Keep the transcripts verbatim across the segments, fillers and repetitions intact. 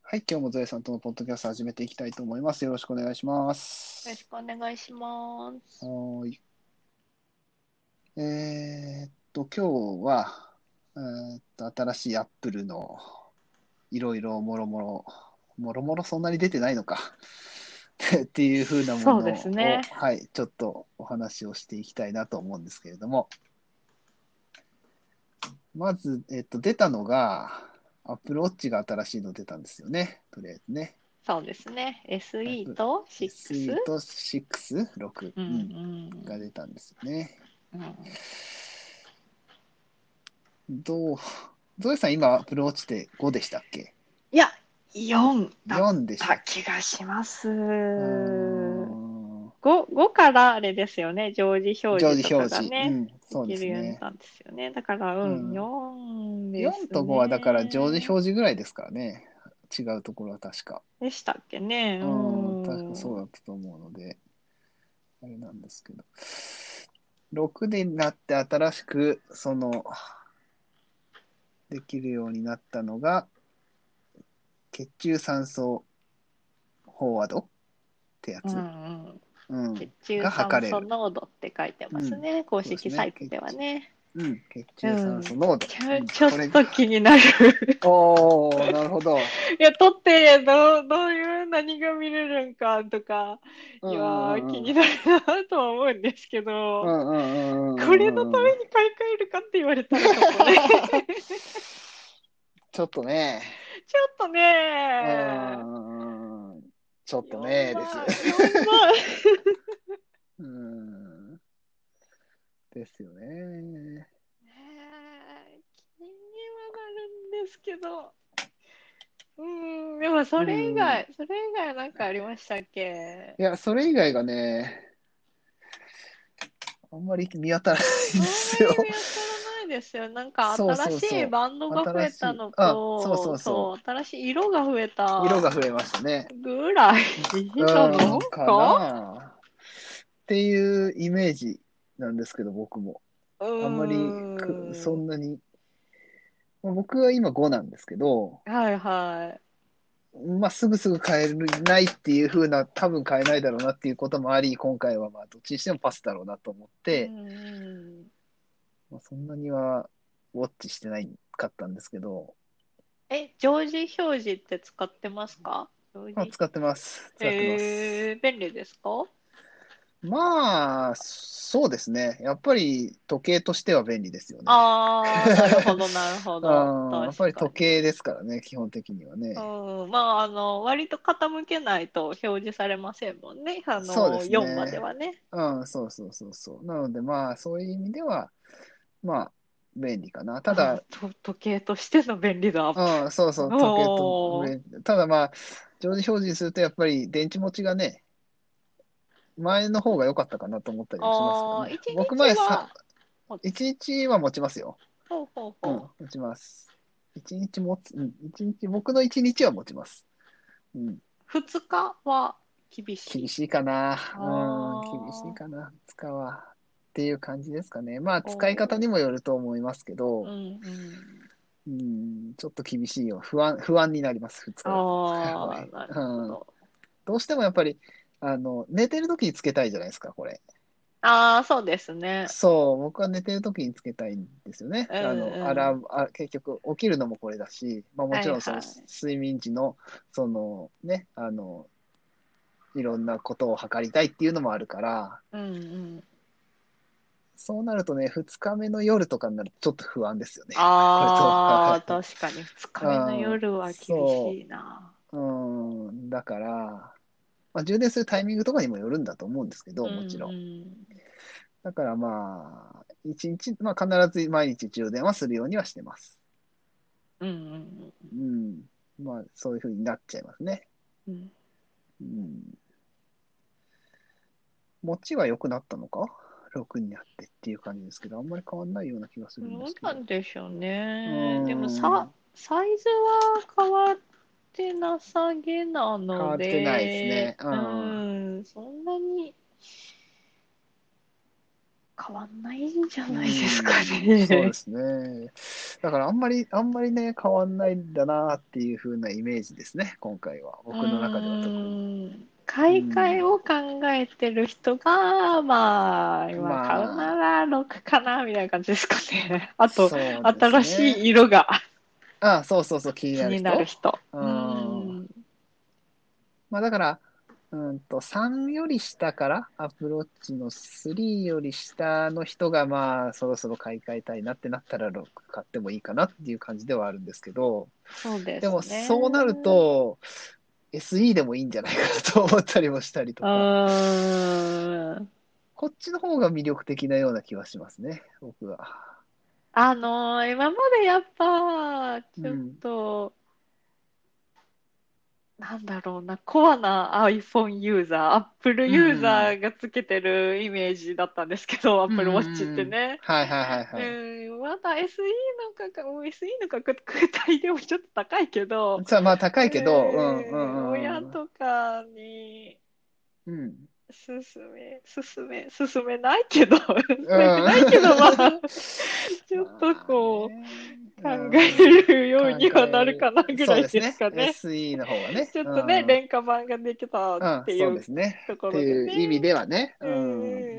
はい、今日もゾエさんとのポッドキャスト始めていきたいと思います。よろしくお願いしまよろしす。 くお願いしまはす。 ーい。えーっと、今日は、えーっと、新しいアップルのいろいろもろもろ、もろもろそんなに出てないのかっていう風なもそうのを、 ですね。 はい、ちょっとお話をしていきたいなと思うんですけれども、まず、えっと、出たのが、Apple Watch が新しいの出たんですよね。とりあえずね。 そうですね。エスイー Apple と シックス？ エスイー とろく、ろく、 うんうん、が出たんですよね。 うん。うん、 どう、ゾエさん今、アプローチってごでしたっけ？ いや、よんだっよん でしたたっけ？ 気がします。 うーん。 ご、ごからあれですよね。常時表常示とか時表示。うがね、 ん、 でそうできるようになっすね。 たんですよね。だから、うん、 うん。 よんでよんすとごはだから常時ね。 表示ぐらいですからね。違うところは確か。 でしたっけね。ううん、確かそうん。 だったと思うので、あれなんですけど。ろくになって新しく、その、できるようになったのが、血中酸素飽和度ってやうんうつ、 ん。 うん、 血中が酸素測れる。 濃度って書いてうん、 ますね。公そうですね。 式サイトではね。 うん、血中酸素うん。 濃度。 ちょ、 うん、 ちょっこれが。 と気になる。 おー、なるほど。 いや、撮ってどう、どういう何が見れるんかとか、いやうんうんー、 うんうん。 気になるなとは思うんですけど、 うんうんうんこれのうんうんうん。 ために買い替えるかって言われたらちょっとねちょっとね。 ちょっとうねんうん。ちょっと 4 ねです。 万、よんまんうん。ですよね。 ねえ気にはなるんですけど、うーん、でもうそれ以ん。 外、それ以外なんかありましたっけ？ いや、それ以外がね、あんまり見当たらないんであんますよ。 り見当たらないですよ。なんかそう新しいそうそバンドう。 が増新しい。 えたのあ、そうそと、 うそそう、新しい色が増えう。色がた増えましたね。 ぐらいなのうん、かか？ なっていうイメージなんですけど、僕も。 うあんまりく、そーん。 んなに、まあ僕は今ごなんですけど、 はいはい。 まあ、すぐすぐ買えないっていう風な、多分買えないだろうなっていうこともあり、今回はまあ、どっちにしてもパスだろうなと思っうて、 んうん。 まあ、そんなにはウォッチしてないかったんですけど、 え、常時表示って使ってますか？常まあ、 時。 使ってます。使ってます。 えー、便利ですか？ まあ、そうですね。やっぱり時計としては便利ですよね。 あー、なるほど、なるほど。 うん、やっぱり確かに。 時計ですからね、基本的にはね。 うん、まあ、あの、割と傾けないと表示されませんもんね。あの、 そうですよんまでね。 はね。 うん、そうそうそうそう。なので、まあ、そういう意味では、まあ、便利かな。たあだ、 と、時計としての便利度アップ。 うん、そうそう、時計と、 おー。 ただまあ、常時表示すると、やっぱり電池持ちがね、前の方が良かったかなと思ったりもしますけどあー、 ね。 一僕前さ、 日は持つ。 いちにちは持ちますよ。 ほうほううん、 ほ持ちます。いちにち持つ、うん、一日、僕のいちにちは持ちます。うん、 う。二日は厳しい。 厳しいかな。 あうん、厳しいー、 かな、使は。っていう感じですかね。まあ、使い方おー。 にもよると思いますけど、 うんうん。 うん、ちょっと厳しいよ。不安、不安になります、ふつかだと。やっぱり。 あー、なるほうん、 ど。 どうしてもやっぱり、あの、寝てる時につけたいじゃないですか、これ。 あー、そうですね。 そう、僕は寝てる時につけたいんですよね。 うんあの、アうん。 ラーム、あ、結局起きるのもこれだし、まあもはいちろんそのはい。 睡眠時の、そのね、あの、いろんなことを測りたいっていうのもあるから、 うんうん。 そうなるとね、ふつかめの夜とかになるとちょっと不安ですよね。これと、はあー、 い。 確かに二日目のうん、 夜は厳そしいな。 う、うん、だから、まあ、充電するタイミングとかにもよるんだと思うんですけど、 うんもちろん。 うん。 だからまあ、一日、まあ必ず毎日充電はするようにはしてます。 うんうんうん。まあ、そういうふうになっちゃいますね。 うん。 うん。持ちは良くなったのか？ ろく になってっていう感じですけど、あんまり変わんないような気がするんでどうすけど。 なんでしょううね。でもさ、 ーん。 サイズは変わってなさげなの変わってないですで、 ね。ううん。 ん、そんなに、 変わんないんじゃうないですかん、そうでね。 すね。だからあんまり、あんまりね、変わんないんだなっていう風なイメージですね、今回は。 う僕の中では特に。 ーん。 う買い替えん。 を考えてる人が、まあ、今買うなまあ、 らろくかな、みたいな感じですかね。あと、 そうです新しね。 い色があ、そうそうそう、気に気になるなる人。 人。 ううん。 ん。 まあだから、うんと、さんより下から、アプローチのスリーより下の人が、まあ、そろそろ買い替えたいなってなったら、ろく買ってもいいかなっていう感じではあるんですけど、 そうででも、 すね。 そうなると、エスイー でもいいんじゃないかなと思ったりもしたりとうか、 ーん。 こっちの方が魅力的なような気はしますね、僕は。 あのー今までやっぱ、ちょっうん。 と、なんだろうな、コアな iPhone ユーザー、Apple うんユーザうんーがつけてるイメージだったんですけど、 うん。 Apple うん Watch っうんうん。 てね。 はいはいはいうはい。 ん、まだ エスイー の価格、もう エスイー の価格帯でもちょっと高いけど、 さあ、まあ高ういけど、うんうんん、親うんうん。 とかにうん。 勧め、勧め、勧めないけど、勧うめないけど、まあ、 ん。 ちょっとまあこう、 ね。 考うん。 えるように考はなるえ、 かなぐらいですそうですね。 かね。 エスイー の方がね。うちょっとね、 ん。うん、 廉価版ができたってそういうですね。ってところでね。 いう意味ではね、 ううん、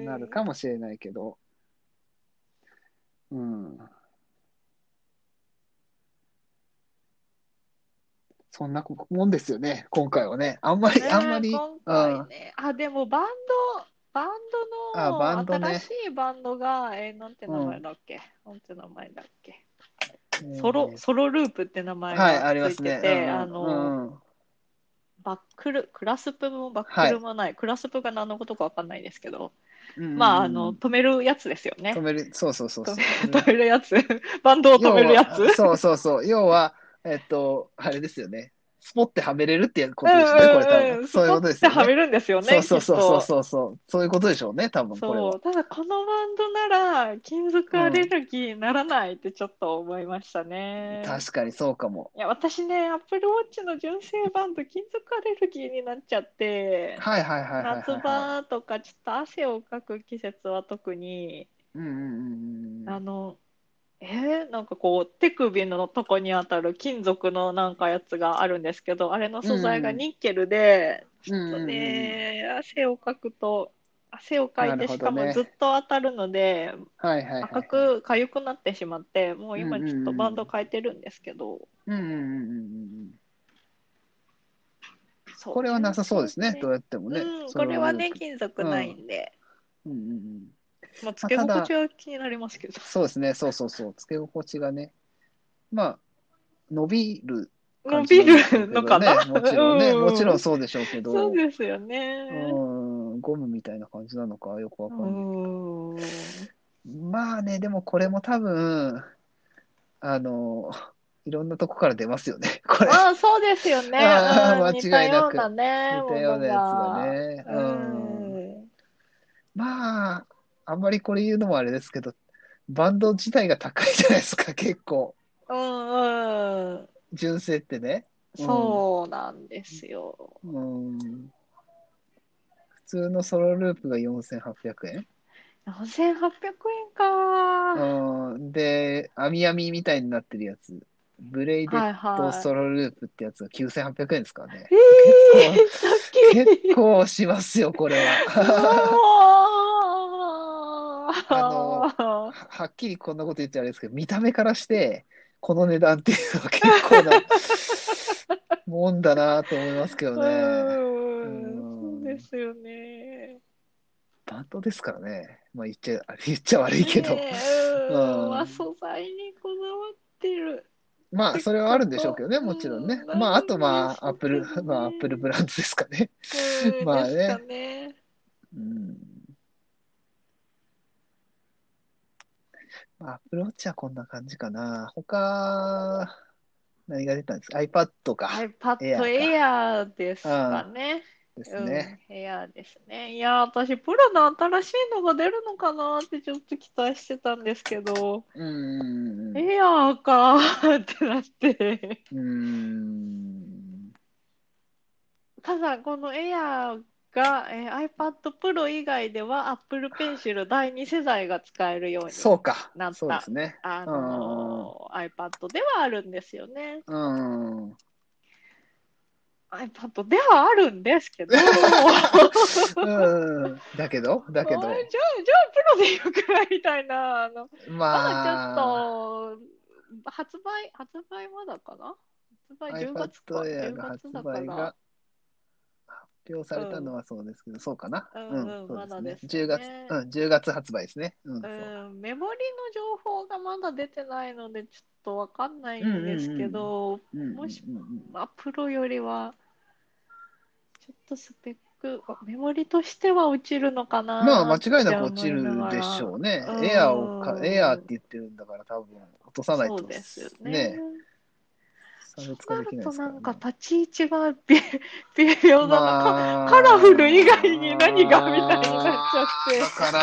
なるかん。 もしれないけど、うん。そんなもんですよね、今回はね。あんまり、あんまねえ、 り、 今うん。あ、 回ね。あ、でもバンド、バンドバの、 ンドね。 新しいバンドが、えーなんて名前うん。 だっけなんて名前だっけえソロ、 ーソロループって名前はい、 がついありますね。うてて、あんうん。うの、 んうん。 バックル、クラスプもバックはい。 ルもない。クラスプが何のことかわかんないですけど、 うんうんまあ、あの、 うん。 止めるやつですよね。 止める、そうそうそう止め、 そう。止める。 止めるやつ。バンドを止めるやつ。 要は、そうそうそう。要は、えっと、あれですよね。スポッてはめれるってこうんとですよね、これ多分。 うんうん。スそういうポッことですよね。 てはめるんですよそうね、きそうそうそうっと。 そうそう。そういうことでしょうね、多分これは。 そう。ただ、このバンドなら、金属アレうん。 ルギーにならないってちょっと思いましたね。 確かにそうかも。 いや、私ね、Apple Watch の純正バンド、金属アレルギーになっちゃって、 はいはいはいはい夏はいはい。 場とかちょっと汗をかく季節は特に、 うんうんうんうん。 あの、えーなんかこう、手首のとこに当たる金属のなんかやつがあるんですけど、あれの素材がうんうん。 ニッケルで、ちうんょっとうんうんうん。 ね、汗をかくと、汗をかいなるてしかもずっほどね。 と当たるので、 はいはいはいはい。 赤く痒くなってしまって、もううんうん今ちょっとうん。 バンド変えてるんですけど、 うんうんうんうんうん。 そう、 これはな純さそうですね。ど正ね。 うやってもね。 うん、 ソこれはね、 ロループ。 金属うん。 ないうんんで、 うんうん。 まあ、つまあ、 けただ、 心地は気になりますけど。 そうですね。そうそうそう。つけ心地がね。まあ、伸びる感伸びじなんでしょうるのかな。 けどね。もちろんね。もちろうん。 んそうでしょうけそうど、 ですようね。 ん、ゴムみたいな感じなのかよくわうかんないけーん。 ど。まあね、でもこれも多分、あの、いろんなとこから出ますよね。これ。 ああ、そうですよね。 ああ、 うん、似た間違いなようなく。 ね、 似たものようなやつがが。 ね。 ううん。 ん。 まあ、あんまりこれ言うのもあれですけど、バンド自体が高いじゃないですか、結構。 うんうん。 純正ってね。うん。 そうなんですよ。 うん。普通のソロループがよんせんはっぴゃくえん。 よんせんはっぴゃくえんか。 うん。で、網網みたいになってるやつ。ブレイデッはいドはソロループってやつがきゅうせんはっぴゃくえんですからね。 い。え結構、 えー、 結高い。 構しますよ、これは。 ああの、 あ。 ははっきりこんなこと言っちゃあれですけど、見た目からして、この値段っていうのは結構なもんだなと思いますけどうね。うーん、そうでん。 すよね。 バンドですからね。まあ言っちゃ、言っちゃ悪いねけど。 え、 ううーん、まあ、 ん。 素材にこだわってるまあ、 ってそれはあるんでしょうけこと、 どね、 うもちろんね。 ん、なまあ、あとるんでまあ、アップル、 しょうけどまあ、アップルブね。 ランドですかね。 うん、ですかまあね。 ね。 うん。まあ、アップルウォッチはこんな感じかな。他、何が出たんですか？ iPad か。 iPad Air か。 Air ですかうん。 ね。 ですうん、 ね。 Air ですね。いや、私、プロの新しいのが出るのかなってちょっと期待してたんですけど、 うん。 エアーかーってなって。 うん。 ただ、このエアーが、えー iPad Pro 以外では Apple Pencil 第二世代が使えるようにそうか。 なった、 そうですね。 あうん。うん。 のー iPad ではあるんですよね。 うん。 iPad ではあるんですけど、あうん。だけど、だじゃあ、 けど、 じゃあプロでよくないみたいな、あの、まだちょっまあ、 と、発売、発売まだかな発売10 iPad 月か。 Air 10 が発月だから、 売が発表さうん、 れたのはそうですけど、そうかな。 ううん、 んうん、 そうですね。 まだですよじゅうがつ、 ね。 うん、じゅうがつ発売ですね。うん、 うそん、メモリの情報がまだ出てないので、ちょっとわかんなう。うんいんですけうんど、 うん。うんうんもし、 うんうん。 まあ、プロよりは、ちょっとスペック、メモリとしては落ちるのかまあ、間なっ違いなてく落ち思いなるでしがら、 ょうね。 うエアーをか、エアーってーん、 言ってるんだから多分落とさないとそうですよね。 ね、差そう別化できないなるとですからね。 なんか立ち位置が微微妙だな。カ、カラフル以外に何がみたいになっちゃっまあ、 て。 だから、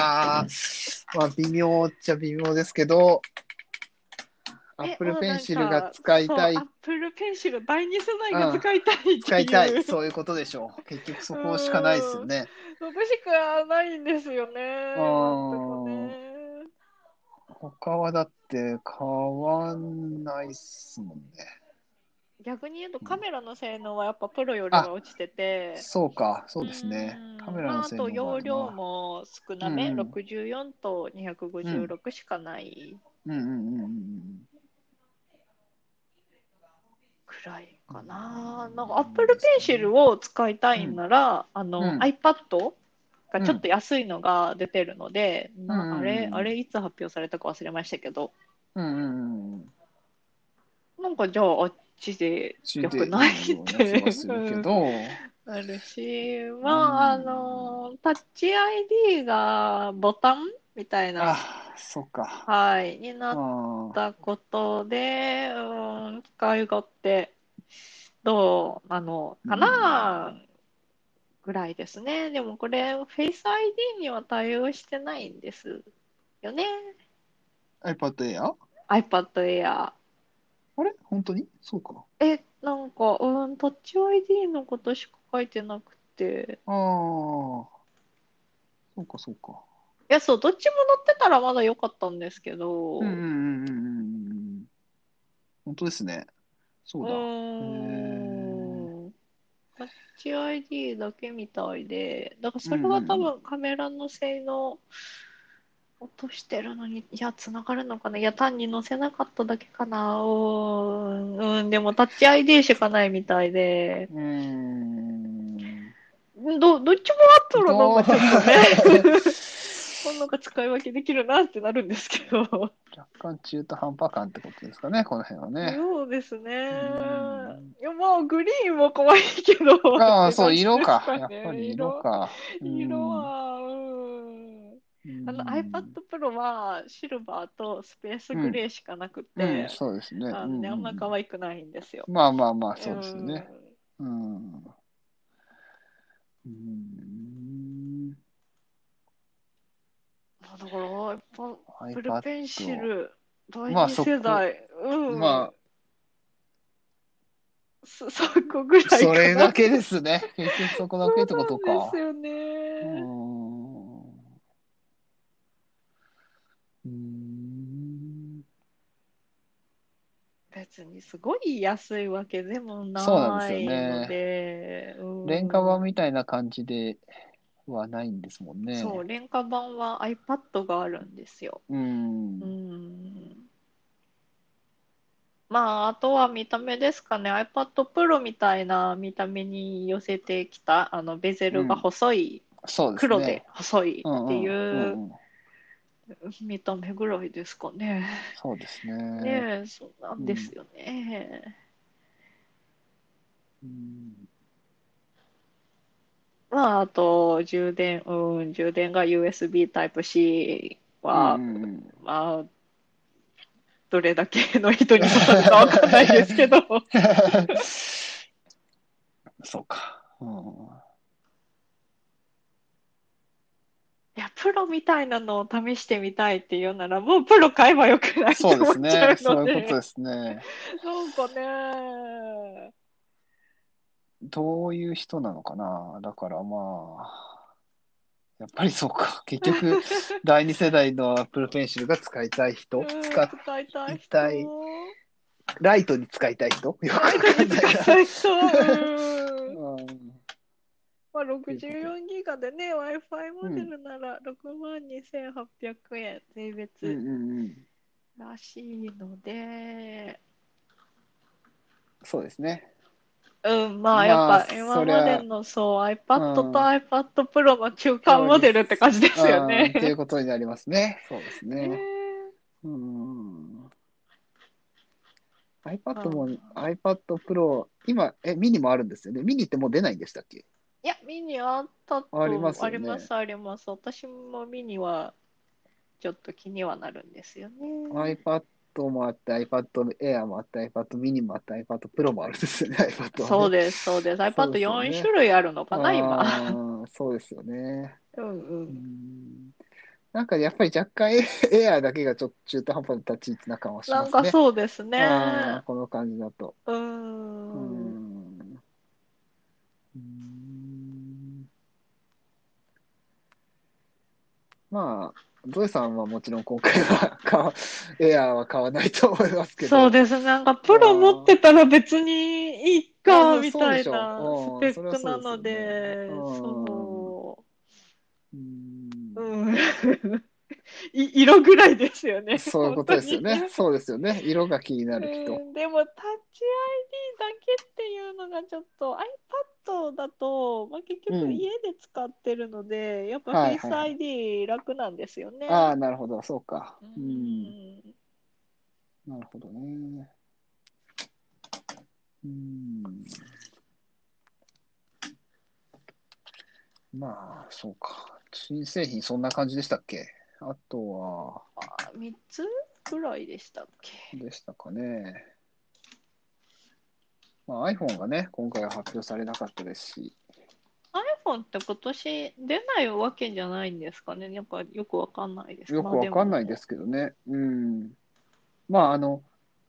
まあ、微妙っちゃ微妙ですけど、 え、 Apple もうなん Pencil がか、 使いそう、 たい、 Apple Pencil 第二世代がうん、 使いたいって使いたい、 いう、 そういうことでしょう。結局うそこしかないですーん、 よね。 そこしかないんですようね、今んとこーん、 ね。 他はだって変わんないっすもんね。 逆に言うとカメラの性能はやっぱプロよりあ、 は落ちてて、 そうか、 うそうですね。カーん、 メラのまあ、あと性能があ容量るな。 も少なめ、 うんうん。 ろくじゅうよんとうん。 にひゃくごじゅうろくしかないうんうんうんうんくらいうかな。なんかん。 Apple ですかね。 Pencil を使いたいんうん。 なら、あのうん。 iPad がちょっうん。 と安いのが出てるので、 うんな、あれ、 うんうん。 あれいつ発表されたか忘れましたけど、 うんうんうん。 なんかじゃああっちでちでよくないいいような気って、 がするけうん、 ど、 あるし、 うまあ、あん。 の、タッチ アイディー がボタンみたいな、 あ、そっか。 はい、になうっん。 たことで、うん、使い勝手どうなのうかん。 なぐらいですね。でもこれ、Face アイディー には対応してないんですよね。 iPad Air？ iPad Air。 あれ本当にそうか。 え、なんか、うん、タッチ アイディー のことしか書いてなくて。 ああ、そうかそうか。 いや、そう、どっちも載ってたらまだ良かったんですけうんうど、 んうんうんうんうん。本当ですね。そううだ。へえ。 ーん、タッチ アイディー だけみたいで、だからうんそれは多うん分カメラの性能落としてるのに、いや、繋がるのかな、いや、単に載せなかっただけかな。うーん、うん、でもタッチ アイディー しかないみたいで、 うん。うーん。 ど、どっちもあったらなんどうかちょっとね、なんか使い分けできるなってなるんですけど。 若干中途半端感ってことですかね、この辺はね。 そうですね。 うーん。 いや、まあ、グリーンも可愛いけど、っああ、そう、 て感じです色か。 かね。 やっぱり色色、 か。うー色ん。うは、うん。 ーあの iPad ん。 Pro はシルバーとスペースうん。 グレーしかなくうん、 て、 そうですね。うんうあのね、あんまん可愛くないんですよ。 うん。まあまあまあ、 うそうですよね。 ん。 うん。うーん。 だから、やっぱ、フル iPad。 ペンシル、第まあ二そこ、 世代、うん。 まそ、そこぐあ、 らいそかな。 れだけですね。結局そこだけってことそうなんですか。 ようーね。 ん。うーん。 別にすごい安いわけでもなそうなんですよいのね。 で、 廉価版うん。 みたいな感じではないんですもんそう、 ね。 廉価版は iPad があるんですよ。 うーうん。 ん。まあ、あとは見た目ですかね。iPad Pro みたいな見た目に寄せてきた、あの、ベゼルがうん。 細い、 そうです黒でね。 細いっていうんうん。ううんうん。 見た目ぐらいですかね。 そうですね。 ねえ、そうなんうん。 ですよね。 うん。 まあ、あと、充電、うん、充電が ユーエスビー Type-C うんは、 うんうん。 まあ、どれだけの人に刺さるかわかんないですけど。 そうか。うん。 いや、プロみたいなのを試してみたいっていうなら、もうプロ買えばよくないっそうてですね。 思っちゃうそういうことでので、 すね。 なんかね、 どういう人なのかな。だからまあ、やっぱりそうか。結局、だいに世代の Apple Pencil が使いたい人、 うん、 使使いたいいたい、 人。 ライトに使いたい人よくわライトにかんないな。 使いたい人。うん。 うん、 まあ、 ということ。 ろくじゅうよんギガでね、Wi-Fi モデうん、 ルならろくまんにせんはっぴゃくえん税うん、う別ん、うん。 らしいので、 そうですね。 うん、まあやっまあ、 ぱ今までそりゃ、 のそうう iPad とん、 iPad Pro の中間プロに、 モデルって感じですようん、っていうね。 ことになりますね。そうですねね。 え。 うん。 ま iPad もあ、 iPad Pro、今、え、ミニもあるんですよね。ミニってもう出ないんでしたっけ？ いや、ミニあったありまと、 すよね。 あります、あります。私もミニはちょっと気にはなるんですよね。 iPad もあって、iPad Air もあって、iPad mini もあって、iPad Pro もあるんですよね、iPad はね。 そうです、そうです。 そうで iPad すよよん種ね。 類あるのかな、今。 ああ、そうですよね。 うんううん。 ん。なんかやっぱり若干 Air だけがちょっと中途半端な立ち位置な感はしなんかますね。 そうですね。 ああ、この感じだと。 うーうん。 ん。うん。まあ、ゾエさんはもちろん今回は買わ、エアーは買わないと思いますけど、 そうですね。なんか、プロ持っあてたら別にいいーあ、 か、 そうみたいそうでしょなスう。うん、 ペッそれはクなのそうですよね。うで、 ん。うそん、 う。うん。い色ぐらいですよね。 そういうこと本当に。 ですよね。そうですよね。色が気になる人。 うん、でも、タッチ アイディー だけっていうのがちょっと iPad だと、まあ、結局うん。 家で使ってるので、やっぱはいはい Face はい。 アイディー 楽なんですよああ、 ね。 なるほど。そうか。 ううん。 ん。 なるほどね。うん。まあ、そうか。新製品そんな感じでしたっけ？あとは、 あ、みっつぐらいでしたっけ？ でしたかね。まあ、iPhone がね、今回は発表されなかったですし、 iPhone って今年出ないわけじゃないんですかね。なんかよくわかんないです。 よくまあでわかんないでも、 すけどね。うん。まあ、あの、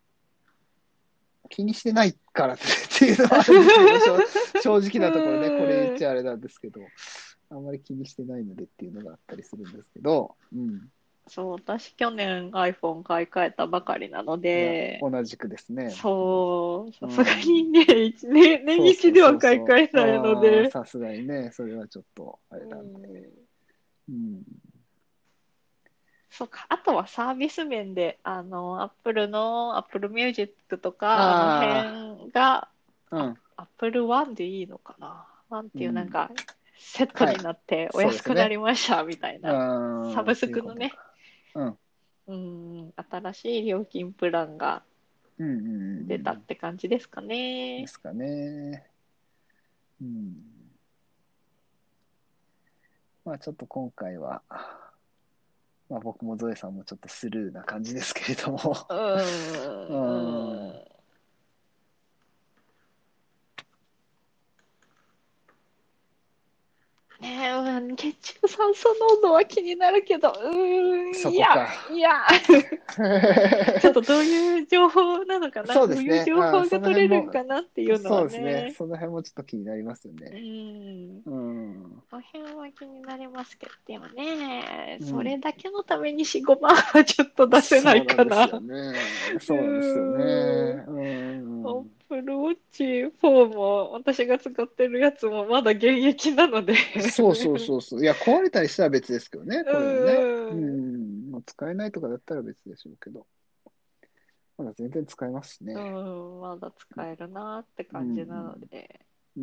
気にしてないからっていうのはあるんですけど、正正直なところね、これ言っちゃあれなんですけど、あんまり気にしてないのでっていうのがあったりするんですけど、うん。 そう、私去年 iPhone 買い替えたばかりなのいや、 で、 同じくですね、僕も。 そう、さうすがにん。 ね、一年、年そうそう一ではそうそ買い替えう。 ないのああ、 で、 さすがにね、それはちょっと、あうれなんで。 ん、 うん。 そうか。あとはサービス面で、あの、Apple の Apple Music とか、あのあ辺が、 あ、うあん。 Apple One でいいのかな。なんていう、なんうん。 か、セットにはい。 なってお安くなそうですね。 りましたみたいうな、サん。 ブスっていうクのね、 ことか。うん。 うん、新しい料金プランがうんうんうんう出たっん。 て感じですかね。 ですかね。うん。まあちょっと今回は、まあ僕もゾエさんもちょっとスルーな感じですけれども。 ううん。 ーん。ねえ、うん、血中酸素濃度は気になるけど、うーん、いや、 そこか。 いや、ちょっとどういう情報なのかな、どういうそうですね。うん、 情報がその取れるん辺も、 かなっていうのはそうですね。 ね、 その辺もちょっと気になりますようね。 ん、 うん。うその辺は気になりますけど、でもね、そん。 れだけのためによん、ごまんはちょっと出せなそういかな。 なんですよね。 うそうなんですよーん。 ね。うん。 アップルウォッチフォーも私が使ってるやつもまだ現役なのでそうそうそうそう。いや、壊れたりしたら別ですけどね、 うこれもね。うん。 ん。まあ、使えないとかだったら別でしょうけど。まだ全然使えますしうね。 ん、まだ使えるなってう感じなのん。 で。 うん。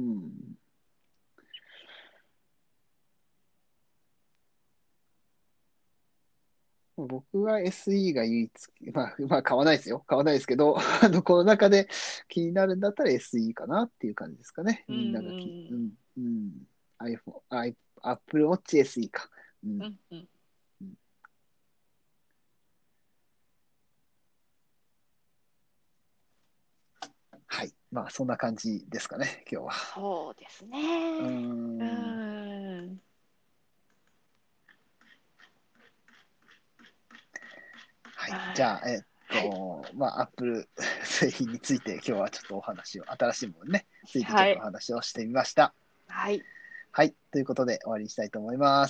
僕は エスイー が唯一、まあ、まあ買わないですよ。買わないですけど、あの、この中で気になるんだったら エスイー かなっていう感じですかね。 うみんながき、うん、 ん、うん。iPhone、i、Apple Watch エスイー か。うん。 うん、うん。 うん、はい。まあ、そんな感じですかね、今日は。 そうですうーね。うん。 ん。 はい。じはいゃあ、えっと、まあ、Apple 製品について今日はちょっとお話を、新しいものね、 ついてちょはい。 っとお話をしてみました。 はい。 はい。ということで終わりにしたいと思います。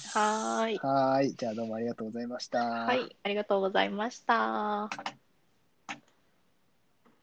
はーい。 はーい。じゃあどうもありがとうございました。 はい。ありがとうございました。